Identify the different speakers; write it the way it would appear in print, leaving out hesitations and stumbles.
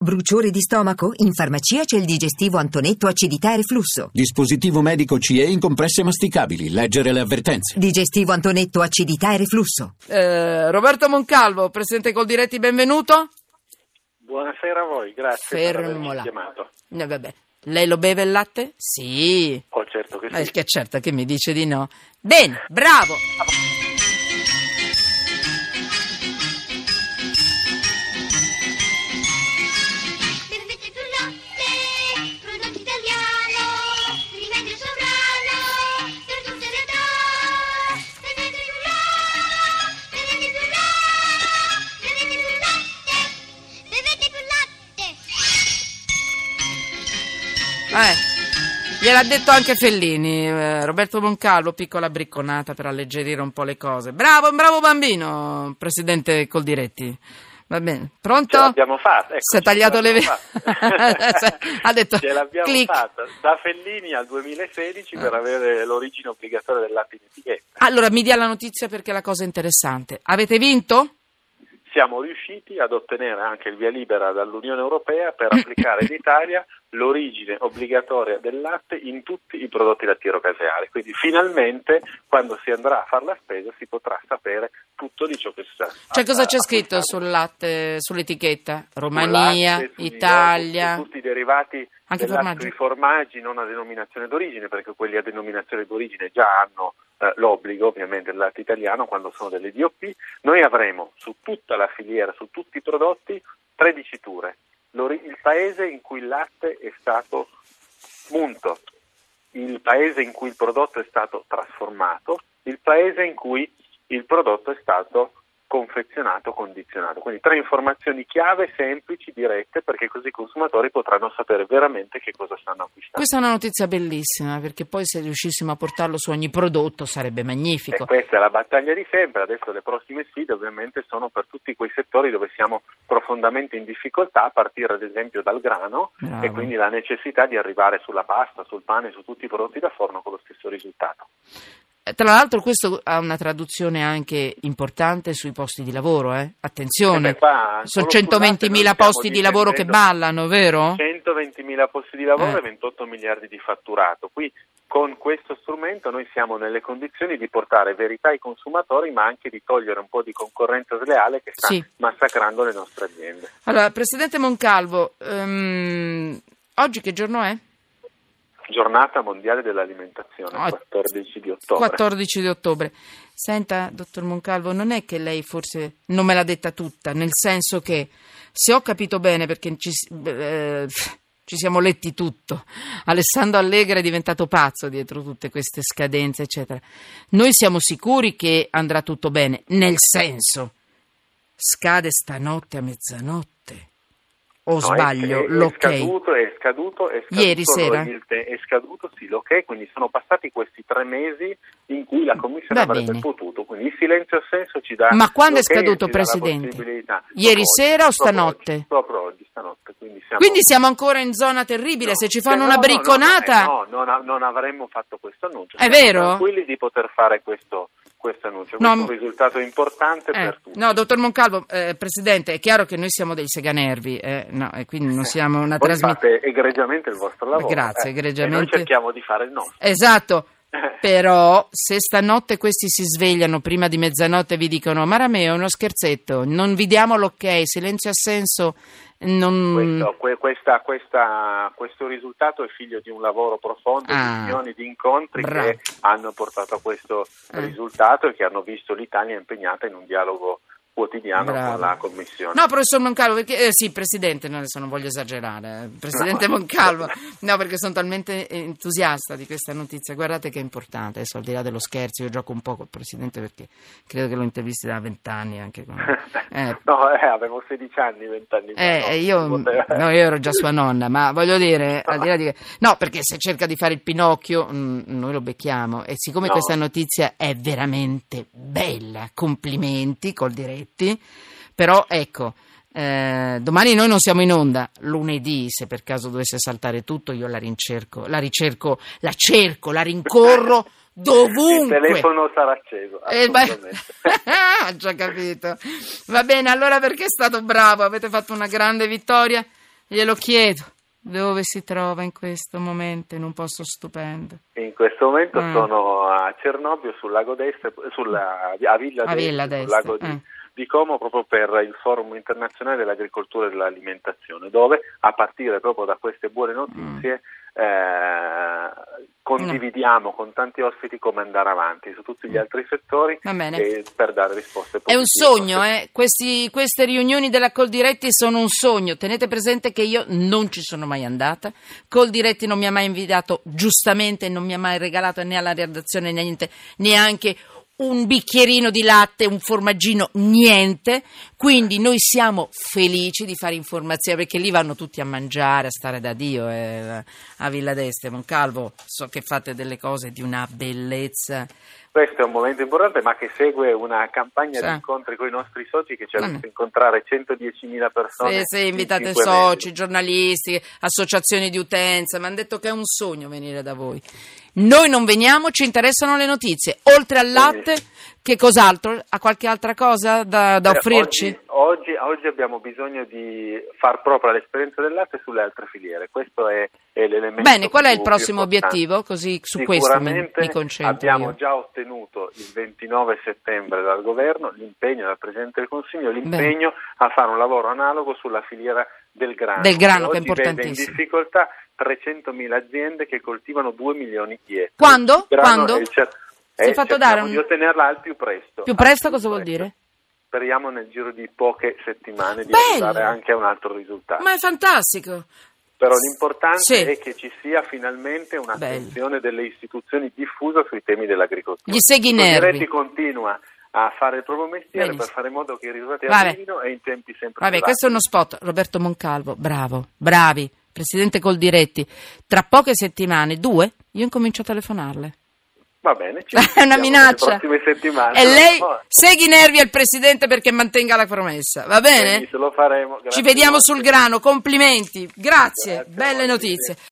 Speaker 1: Bruciore di stomaco? In farmacia c'è il digestivo Antonetto acidità e reflusso.
Speaker 2: Dispositivo medico CE in compresse masticabili. Leggere le avvertenze.
Speaker 1: Digestivo Antonetto acidità e reflusso.
Speaker 3: Roberto Moncalvo, presidente Coldiretti, benvenuto.
Speaker 4: Buonasera a voi, grazie per averci chiamato.
Speaker 3: Vabbè. Lei lo beve il latte? Sì.
Speaker 4: Oh, certo che sì.
Speaker 3: Che certo che mi dice di no. Bene, bravo. Gliel'ha detto anche Fellini, Roberto Moncalvo, piccola bricconata per alleggerire un po' le cose. Bravo, un bravo bambino, presidente Coldiretti. Va bene, pronto?
Speaker 4: Ce l'abbiamo fatta.
Speaker 3: Si è tagliato le ha detto
Speaker 4: ce l'abbiamo
Speaker 3: click.
Speaker 4: fatta da Fellini al 2016 per avere l'origine obbligatoria del latte in etichetta.
Speaker 3: Allora mi dia la notizia perché la cosa è interessante. Avete vinto?
Speaker 4: Siamo riusciti ad ottenere anche il via libera dall'Unione Europea per applicare in Italia l'origine obbligatoria del latte in tutti i prodotti lattiero-caseari. Quindi finalmente quando si andrà a fare la spesa si potrà sapere tutto di ciò che sta.
Speaker 3: Cioè cosa c'è scritto sul latte, sull'etichetta? Romania,
Speaker 4: latte,
Speaker 3: Italia,
Speaker 4: su tutti i derivati
Speaker 3: anche
Speaker 4: del latte, i formaggi non a denominazione d'origine, perché quelli a denominazione d'origine già hanno l'obbligo ovviamente del latte italiano quando sono delle DOP. Noi avremo su tutta la filiera, su tutti i prodotti, 3 diciture: il paese in cui il latte è stato munto, il paese in cui il prodotto è stato trasformato, il paese in cui il prodotto è stato confezionato, condizionato. Quindi 3 informazioni chiave, semplici, dirette, perché così i consumatori potranno sapere veramente che cosa stanno acquistando.
Speaker 3: Questa è una notizia bellissima, perché poi se riuscissimo a portarlo su ogni prodotto sarebbe magnifico.
Speaker 4: E questa è la battaglia di sempre. Adesso le prossime sfide ovviamente sono per tutti quei settori dove siamo profondamente in difficoltà, a partire ad esempio dal grano. Bravo. E quindi la necessità di arrivare sulla pasta, sul pane, su tutti i prodotti da forno con lo stesso risultato.
Speaker 3: Tra l'altro questo ha una traduzione anche importante sui posti di lavoro, attenzione, sono 120.000 posti di lavoro che ballano, vero?
Speaker 4: 120.000 posti di lavoro e 28 miliardi di fatturato. Qui con questo strumento noi siamo nelle condizioni di portare verità ai consumatori, ma anche di togliere un po' di concorrenza sleale che sta massacrando le nostre aziende.
Speaker 3: Allora, presidente Moncalvo, oggi che giorno è?
Speaker 4: Giornata mondiale dell'alimentazione, 14 di ottobre. 14
Speaker 3: di ottobre. Senta, dottor Moncalvo, non è che lei forse non me l'ha detta tutta, nel senso che, se ho capito bene, perché ci siamo letti tutto, Alessandro Allegra è diventato pazzo dietro tutte queste scadenze, eccetera. Noi siamo sicuri che andrà tutto bene, nel senso, scade stanotte a mezzanotte. O sbaglio, l'ok?
Speaker 4: È scaduto
Speaker 3: ieri sera?
Speaker 4: È scaduto, sì, l'ok, quindi sono passati questi 3 mesi in cui la Commissione avrebbe potuto, quindi il silenzio assenso ci dà.
Speaker 3: Ma quando è scaduto, Presidente? Ieri sera o stanotte?
Speaker 4: Proprio oggi, stanotte.
Speaker 3: Quindi siamo ancora in zona terribile, se ci fanno una bricconata...
Speaker 4: Non avremmo fatto questo annuncio.
Speaker 3: È vero?
Speaker 4: Siamo tranquilli di poter fare questo annuncio. Questo è un risultato importante per tutti.
Speaker 3: No, dottor Moncalvo, Presidente, è chiaro che noi siamo dei seganervi, e quindi non siamo una trasmissione.
Speaker 4: Fate egregiamente il vostro lavoro.
Speaker 3: Grazie, egregiamente.
Speaker 4: E noi cerchiamo di fare il nostro.
Speaker 3: Esatto. Però se stanotte questi si svegliano prima di mezzanotte e vi dicono: ma Ramè, è uno scherzetto, non vi diamo l'ok, silenzio assenso, non...
Speaker 4: Questo risultato è figlio di un lavoro profondo, di milioni di incontri che hanno portato a questo risultato e che hanno visto l'Italia impegnata in un dialogo quotidiano con la Commissione.
Speaker 3: No, professor Moncalvo, perché sì, Presidente, adesso non voglio esagerare, Presidente Moncalvo, no, perché sono talmente entusiasta di questa notizia. Guardate che è importante, adesso al di là dello scherzo, io gioco un po' col Presidente perché credo che lo intervisti da 20 anni anche con...
Speaker 4: avevo 16 anni, 20 anni fa.
Speaker 3: Io ero già sua nonna, ma voglio dire, al di là di... No, perché se cerca di fare il Pinocchio, noi lo becchiamo, e siccome questa notizia è veramente bella, complimenti, Coldiretti, però ecco, domani noi non siamo in onda, lunedì se per caso dovesse saltare tutto io la rincorro dovunque.
Speaker 4: Il telefono sarà acceso, assolutamente.
Speaker 3: Ho già capito. Va bene, allora, perché è stato bravo, avete fatto una grande vittoria. Glielo chiedo. Dove si trova in questo momento, in un posto stupendo?
Speaker 4: In questo momento sono a Cernobbio, sul lago d'Este, a Villa d'Este, sul lago di Como, proprio per il Forum internazionale dell'agricoltura e dell'alimentazione, dove a partire proprio da queste buone notizie condividiamo con tanti ospiti come andare avanti su tutti gli altri settori per dare risposte positive.
Speaker 3: È un sogno, queste riunioni della Coldiretti sono un sogno. Tenete presente che io non ci sono mai andata. Coldiretti non mi ha mai invitato, giustamente non mi ha mai regalato né alla redazione niente, neanche un bicchierino di latte, un formaggino, niente. Quindi noi siamo felici di fare informazione, perché lì vanno tutti a mangiare, a stare da Dio a Villa d'Este. Moncalvo, so che fate delle cose di una bellezza.
Speaker 4: Questo è un momento importante, ma che segue una campagna di incontri con i nostri soci che ci ha visto incontrare 110.000 persone.
Speaker 3: Sì, invitate soci, giornalisti, associazioni di utenza. Mi hanno detto che è un sogno venire da voi. Noi non veniamo, ci interessano le notizie. Oltre al latte, che cos'altro? Ha qualche altra cosa da offrirci?
Speaker 4: Oggi abbiamo bisogno di far propria l'esperienza del latte sulle altre filiere. Questo è l'elemento.
Speaker 3: Bene, qual è il prossimo obiettivo? Così su questo mi concentro.
Speaker 4: Abbiamo già ottenuto il 29 settembre dal governo l'impegno dal Presidente del Consiglio, a fare un lavoro analogo sulla filiera del grano.
Speaker 3: Del grano,
Speaker 4: che
Speaker 3: è importantissimo.
Speaker 4: Vede in difficoltà 300.000 aziende che coltivano 2 milioni di ettari.
Speaker 3: Quando? Si è fatto dare
Speaker 4: di ottenerla al più presto.
Speaker 3: Più presto cosa vuol dire?
Speaker 4: Speriamo nel giro di poche settimane di arrivare anche a un altro risultato.
Speaker 3: Ma è fantastico!
Speaker 4: Però l'importante è che ci sia finalmente un'attenzione delle istituzioni diffusa sui temi dell'agricoltura.
Speaker 3: Gli seghi nervi.
Speaker 4: Coldiretti continua a fare il proprio mestiere per fare in modo che i risultati arrivino e in tempi sempre più rapidi.
Speaker 3: Questo è uno spot. Roberto Moncalvo, bravi, Presidente Coldiretti. Tra poche settimane, 2, io incomincio a telefonarle.
Speaker 4: Va bene,
Speaker 3: è una minaccia.
Speaker 4: Le prossime settimane.
Speaker 3: E lei segui i nervi al Presidente perché mantenga la promessa, va bene?
Speaker 4: Quindi se lo faremo.
Speaker 3: Ci vediamo sul grano, complimenti, grazie. Belle notizie.